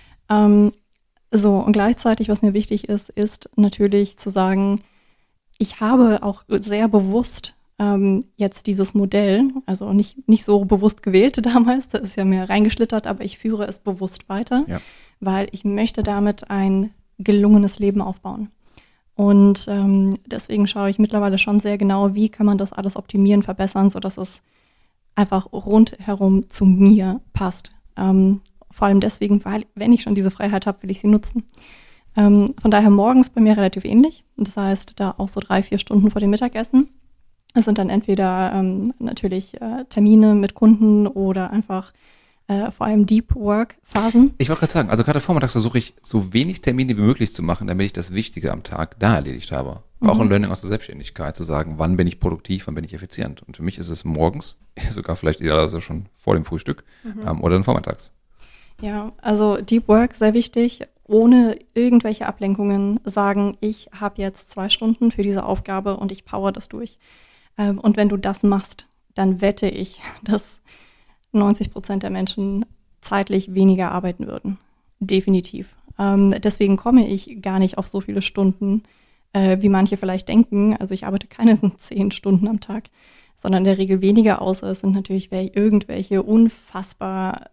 So, und gleichzeitig, was mir wichtig ist natürlich zu sagen, ich habe auch sehr bewusst jetzt dieses Modell, also nicht so bewusst gewählt damals, da ist ja mehr reingeschlittert, aber ich führe es bewusst weiter, weil ich möchte damit ein gelungenes Leben aufbauen. Und deswegen schaue ich mittlerweile schon sehr genau, wie kann man das alles optimieren, verbessern, sodass es einfach rundherum zu mir passt. Vor allem deswegen, weil, wenn ich schon diese Freiheit habe, will ich sie nutzen. Von daher morgens bei mir relativ ähnlich. Das heißt, da auch so 3, 4 Stunden vor dem Mittagessen. Es sind dann entweder natürlich Termine mit Kunden oder einfach vor allem Deep Work Phasen. Ich wollte gerade sagen, also gerade vormittags versuche ich, so wenig Termine wie möglich zu machen, damit ich das Wichtige am Tag da erledigt habe. Auch ein Learning aus der Selbstständigkeit, zu sagen, wann bin ich produktiv, wann bin ich effizient. Und für mich ist es morgens, sogar vielleicht idealerweise schon vor dem Frühstück oder dann vormittags. Ja, also Deep Work, sehr wichtig, ohne irgendwelche Ablenkungen sagen, ich habe jetzt 2 Stunden für diese Aufgabe und ich power das durch. Und wenn du das machst, dann wette ich, dass 90% der Menschen zeitlich weniger arbeiten würden. Definitiv. Deswegen komme ich gar nicht auf so viele Stunden, wie manche vielleicht denken. Also ich arbeite keine 10 Stunden am Tag, sondern in der Regel weniger, außer es sind natürlich irgendwelche unfassbar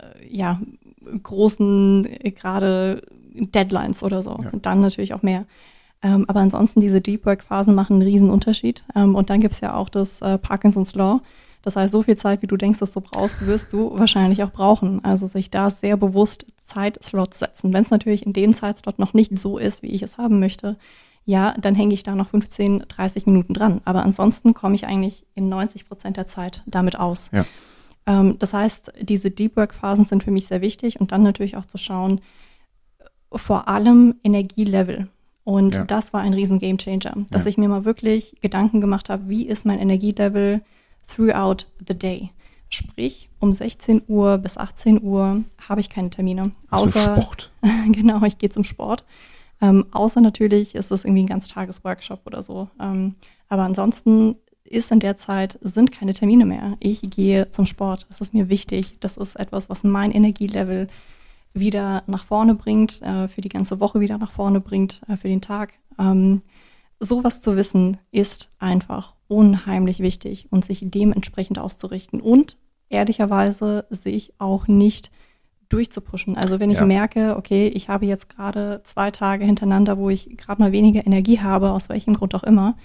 großen gerade Deadlines oder so. Ja. Und dann natürlich auch mehr. Aber ansonsten diese Deep Work-Phasen machen einen riesen Unterschied. Und dann gibt es ja auch das Parkinson's Law. Das heißt, so viel Zeit, wie du denkst, dass du brauchst, wirst du wahrscheinlich auch brauchen. Also sich da sehr bewusst Zeitslots setzen. Wenn es natürlich in dem Zeitslot noch nicht so ist, wie ich es haben möchte, ja, dann hänge ich da noch 15, 30 Minuten dran. Aber ansonsten komme ich eigentlich in 90% der Zeit damit aus. Ja. Das heißt, diese Deep Work-Phasen sind für mich sehr wichtig und dann natürlich auch zu schauen, vor allem Energielevel. Und das war ein riesen Gamechanger, dass ich mir mal wirklich Gedanken gemacht habe, wie ist mein Energielevel throughout the day. Sprich, um 16 Uhr bis 18 Uhr habe ich keine Termine. Außer Sport. Genau, ich gehe zum Sport. Außer natürlich ist es irgendwie ein Ganztages-Workshop oder so. Aber ansonsten ist in der Zeit, sind keine Termine mehr. Ich gehe zum Sport. Das ist mir wichtig. Das ist etwas, was mein Energielevel wieder nach vorne bringt, für die ganze Woche wieder nach vorne bringt, für den Tag. Sowas zu wissen, ist einfach unheimlich wichtig und sich dementsprechend auszurichten und ehrlicherweise sich auch nicht durchzupushen. Also wenn ich merke, okay, ich habe jetzt gerade 2 Tage hintereinander, wo ich gerade mal weniger Energie habe, aus welchem Grund auch immer,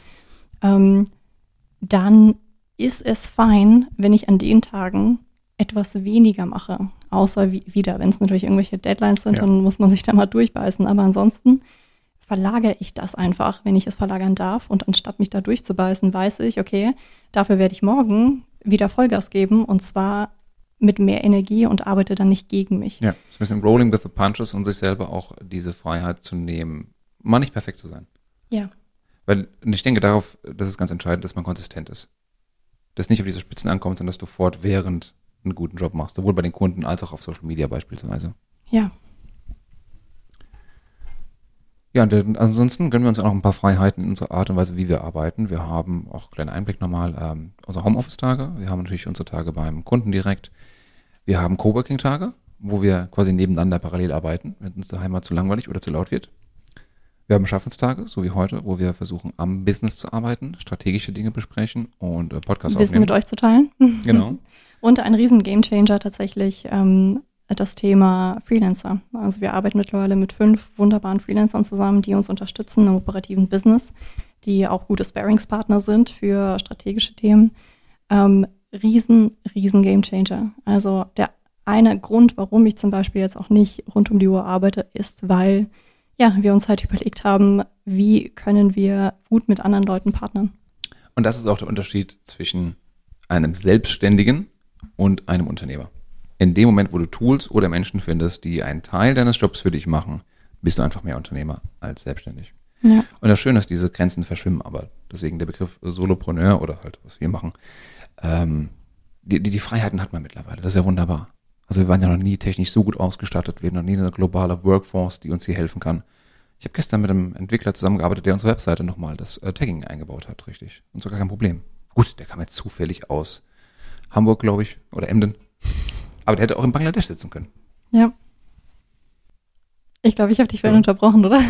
dann ist es fein, wenn ich an den Tagen etwas weniger mache. Außer wieder, wenn es natürlich irgendwelche Deadlines sind, dann muss man sich da mal durchbeißen. Aber ansonsten verlagere ich das einfach, wenn ich es verlagern darf. Und anstatt mich da durchzubeißen, weiß ich, okay, dafür werde ich morgen wieder Vollgas geben und zwar mit mehr Energie und arbeite dann nicht gegen mich. Ja, so ein bisschen rolling with the punches und sich selber auch diese Freiheit zu nehmen, mal nicht perfekt zu sein. Ja. Weil, und ich denke darauf, das ist ganz entscheidend, dass man konsistent ist. Dass nicht auf diese Spitzen ankommt, sondern dass du fortwährend einen guten Job machst, sowohl bei den Kunden als auch auf Social Media beispielsweise. Ja. Ja, und ansonsten gönnen wir uns auch noch ein paar Freiheiten in unserer Art und Weise, wie wir arbeiten. Wir haben auch einen kleinen Einblick nochmal, unsere Homeoffice-Tage. Wir haben natürlich unsere Tage beim Kunden direkt. Wir haben Coworking-Tage, wo wir quasi nebeneinander parallel arbeiten, wenn uns daheim mal zu langweilig oder zu laut wird. Wir haben Schaffenstage, so wie heute, wo wir versuchen, am Business zu arbeiten, strategische Dinge besprechen und Podcasts Wissen aufnehmen. mit euch zu teilen. Genau. Und ein riesen Gamechanger tatsächlich das Thema Freelancer. Also wir arbeiten mittlerweile mit 5 wunderbaren Freelancern zusammen, die uns unterstützen im operativen Business, die auch gute Sparringspartner sind für strategische Themen. Riesen Gamechanger. Also der eine Grund, warum ich zum Beispiel jetzt auch nicht rund um die Uhr arbeite, ist, weil wir uns halt überlegt haben, wie können wir gut mit anderen Leuten partnern. Und das ist auch der Unterschied zwischen einem Selbstständigen und einem Unternehmer. In dem Moment, wo du Tools oder Menschen findest, die einen Teil deines Jobs für dich machen, bist du einfach mehr Unternehmer als selbstständig. Ja. Und das Schöne ist, diese Grenzen verschwimmen aber. Deswegen der Begriff Solopreneur oder halt, was wir machen, die Freiheiten hat man mittlerweile. Das ist ja wunderbar. Also wir waren ja noch nie technisch so gut ausgestattet. Wir haben noch nie eine globale Workforce, die uns hier helfen kann. Ich habe gestern mit einem Entwickler zusammengearbeitet, der unsere Webseite nochmal das Tagging eingebaut hat, richtig. Und sogar kein Problem. Gut, der kam jetzt zufällig aus Hamburg, glaube ich, oder Emden. Aber der hätte auch in Bangladesch sitzen können. Ja. Ich glaube, ich habe dich vorhin unterbrochen, oder?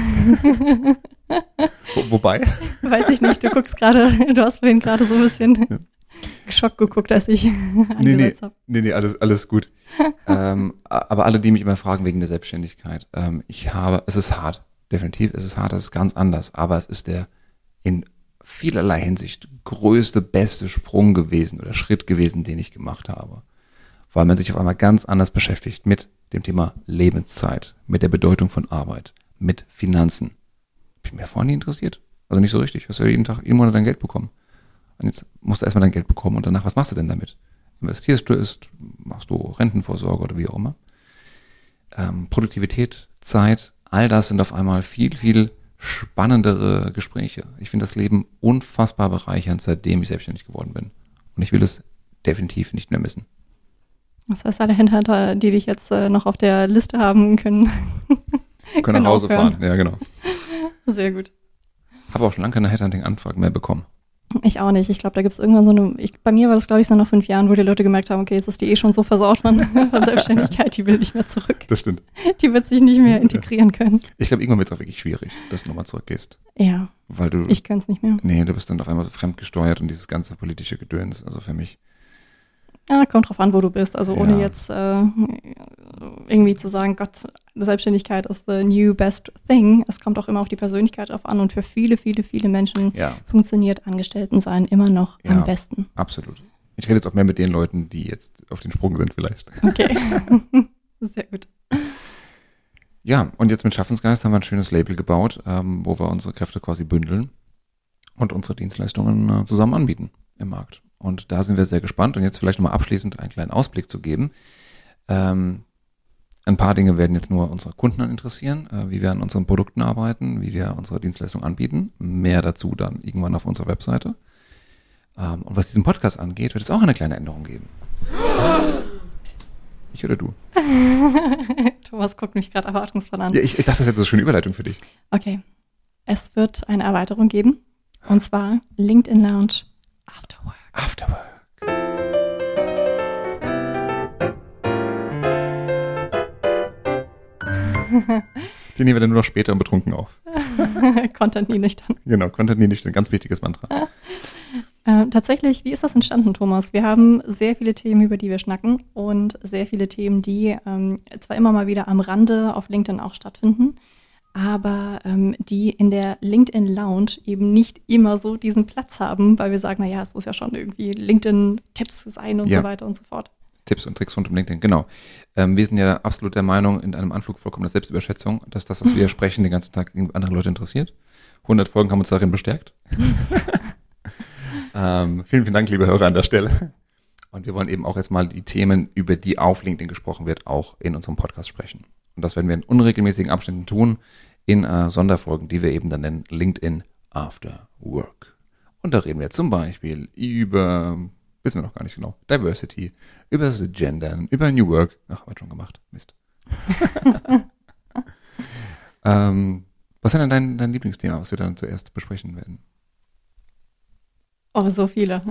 Wobei? Weiß ich nicht, du hast vorhin gerade so ein bisschen geschockt geguckt, als ich angesetzt habe. Nee, alles gut. Aber alle, die mich immer fragen wegen der Selbstständigkeit, es ist hart, definitiv, es ist hart, es ist ganz anders, aber es ist der in vielerlei Hinsicht größte, beste Sprung gewesen oder Schritt gewesen, den ich gemacht habe. Weil man sich auf einmal ganz anders beschäftigt mit dem Thema Lebenszeit, mit der Bedeutung von Arbeit, mit Finanzen. Bin mir vorher nie interessiert. Also nicht so richtig. Du hast ja jeden Monat dein Geld bekommen. Und jetzt musst du erstmal dein Geld bekommen und danach, was machst du denn damit? Investierst du es, machst du Rentenvorsorge oder wie auch immer? Produktivität, Zeit, all das sind auf einmal viel spannendere Gespräche. Ich finde das Leben unfassbar bereichernd, seitdem ich selbstständig geworden bin. Und ich will es definitiv nicht mehr missen. Das heißt, alle Headhunter, die dich jetzt noch auf der Liste haben, können nach Hause fahren. Ja, genau. Sehr gut. Habe auch schon lange keine Headhunting-Anfragen mehr bekommen. Ich auch nicht. Ich glaube, da gibt es irgendwann bei mir war das, glaube ich, so nach 5 Jahren, wo die Leute gemerkt haben, okay, jetzt ist die schon so versaut von Selbstständigkeit, die will nicht mehr zurück. Das stimmt. Die wird sich nicht mehr integrieren können. Ich glaube, irgendwann wird es auch wirklich schwierig, dass du nochmal zurückgehst. Ja, weil ich kann es nicht mehr. Nee, du bist dann auf einmal so fremdgesteuert und dieses ganze politische Gedöns, also für mich. Ja, kommt drauf an, wo du bist. Also ohne jetzt irgendwie zu sagen, Gott, Selbstständigkeit ist the new best thing. Es kommt auch immer auf die Persönlichkeit drauf an und für viele Menschen funktioniert Angestelltensein immer noch am besten. Absolut. Ich rede jetzt auch mehr mit den Leuten, die jetzt auf den Sprung sind vielleicht. Okay, sehr gut. Ja, und jetzt mit Schaffensgeist haben wir ein schönes Label gebaut, wo wir unsere Kräfte quasi bündeln und unsere Dienstleistungen zusammen anbieten im Markt. Und da sind wir sehr gespannt. Und jetzt vielleicht nochmal abschließend einen kleinen Ausblick zu geben. Ein paar Dinge werden jetzt nur unsere Kunden interessieren, wie wir an unseren Produkten arbeiten, wie wir unsere Dienstleistung anbieten. Mehr dazu dann irgendwann auf unserer Webseite. Und was diesen Podcast angeht, wird es auch eine kleine Änderung geben. Ich oder du? Thomas guckt mich gerade erwartungsvoll an. Ja, ich dachte, das wäre so eine schöne Überleitung für dich. Okay. Es wird eine Erweiterung geben. Und zwar LinkedIn Lounge After Work. After Work. Die nehmen wir dann nur noch später und betrunken auf. Content nie nüchtern. Genau, Content nie nüchtern, ganz wichtiges Mantra. Tatsächlich, wie ist das entstanden, Thomas? Wir haben sehr viele Themen, über die wir schnacken und sehr viele Themen, die zwar immer mal wieder am Rande auf LinkedIn auch stattfinden, aber die in der LinkedIn Lounge eben nicht immer so diesen Platz haben, weil wir sagen, naja, es muss ja schon irgendwie LinkedIn-Tipps sein und so weiter und so fort. Tipps und Tricks rund um LinkedIn, genau. Wir sind ja absolut der Meinung, in einem Anflug vollkommener Selbstüberschätzung, dass das, was wir sprechen, den ganzen Tag andere Leute interessiert. 100 Folgen haben uns darin bestärkt. Vielen Dank, liebe Hörer, an der Stelle. Und wir wollen eben auch jetzt mal die Themen, über die auf LinkedIn gesprochen wird, auch in unserem Podcast sprechen. Und das werden wir in unregelmäßigen Abständen tun, in Sonderfolgen, die wir eben dann nennen LinkedIn After Work. Und da reden wir zum Beispiel über, wissen wir noch gar nicht genau, Diversity, über das Gendern, über New Work. Ach, haben wir schon gemacht. Mist. Was ist denn dein Lieblingsthema, was wir dann zuerst besprechen werden? Oh, so viele.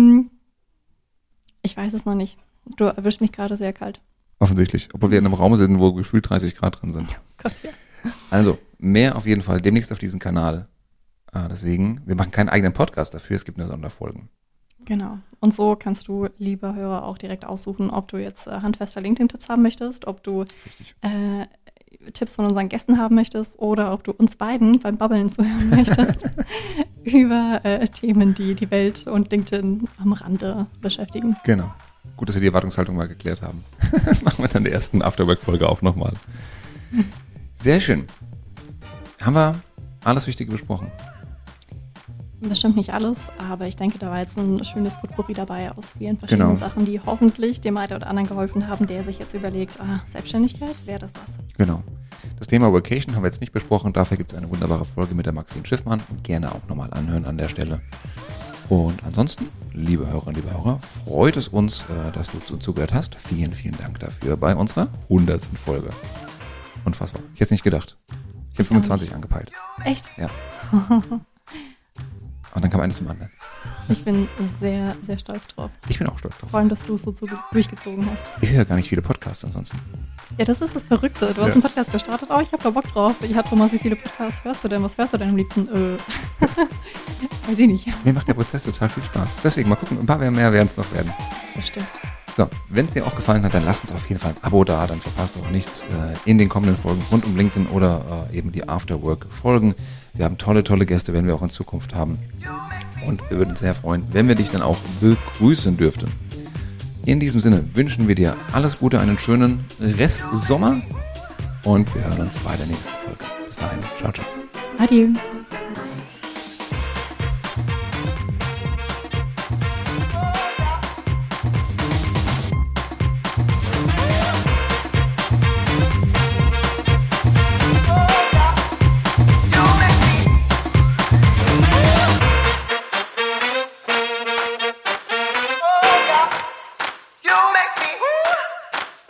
Ich weiß es noch nicht. Du erwischst mich gerade sehr kalt. Offensichtlich. Obwohl wir in einem Raum sind, wo gefühlt 30 Grad drin sind. Oh Gott, ja. Also, mehr auf jeden Fall demnächst auf diesem Kanal. Deswegen, wir machen keinen eigenen Podcast dafür, es gibt nur Sonderfolgen. Genau. Und so kannst du, lieber Hörer, auch direkt aussuchen, ob du jetzt handfester LinkedIn-Tipps haben möchtest, ob du Tipps von unseren Gästen haben möchtest oder ob du uns beiden beim Babbeln zuhören möchtest über Themen, die die Welt und LinkedIn am Rande beschäftigen. Genau. Gut, dass wir die Erwartungshaltung mal geklärt haben. Das machen wir dann in der ersten Afterwork-Folge auch nochmal. Sehr schön. Haben wir alles Wichtige besprochen? Bestimmt nicht alles, aber ich denke, da war jetzt ein schönes Potpourri dabei aus vielen verschiedenen Sachen, die hoffentlich dem einen oder anderen geholfen haben, der sich jetzt überlegt, Selbstständigkeit, wäre das was? Genau. Das Thema Vacation haben wir jetzt nicht besprochen, dafür gibt es eine wunderbare Folge mit der Maxine Schiffmann. Gerne auch nochmal anhören an der Stelle. Und ansonsten, liebe Hörerinnen, liebe Hörer, freut es uns, dass du uns zugehört hast. Vielen, vielen Dank dafür bei unserer 100. Folge. Unfassbar. Ich hätte es nicht gedacht. Ich habe 25 angepeilt. Echt? Ja. Und dann kam eines zum anderen. Ich bin sehr, sehr stolz drauf. Ich bin auch stolz drauf. Vor allem, dass du es so durchgezogen hast. Ich höre gar nicht viele Podcasts ansonsten. Ja, das ist das Verrückte. Du hast einen Podcast gestartet. Oh, ich habe da Bock drauf. Ja, Thomas, wie viele Podcasts hörst du denn? Was hörst du denn am liebsten? Weiß ich nicht. Mir macht der Prozess total viel Spaß. Deswegen mal gucken, ein paar mehr werden es noch werden. Das stimmt. So, wenn es dir auch gefallen hat, dann lass uns auf jeden Fall ein Abo da, dann verpasst du auch nichts in den kommenden Folgen rund um LinkedIn oder eben die Afterwork-Folgen. Wir haben tolle Gäste, werden wir auch in Zukunft haben. Und wir würden uns sehr freuen, wenn wir dich dann auch begrüßen dürften. In diesem Sinne wünschen wir dir alles Gute, einen schönen Restsommer und wir hören uns bei der nächsten Folge. Bis dahin, ciao, ciao. Adieu.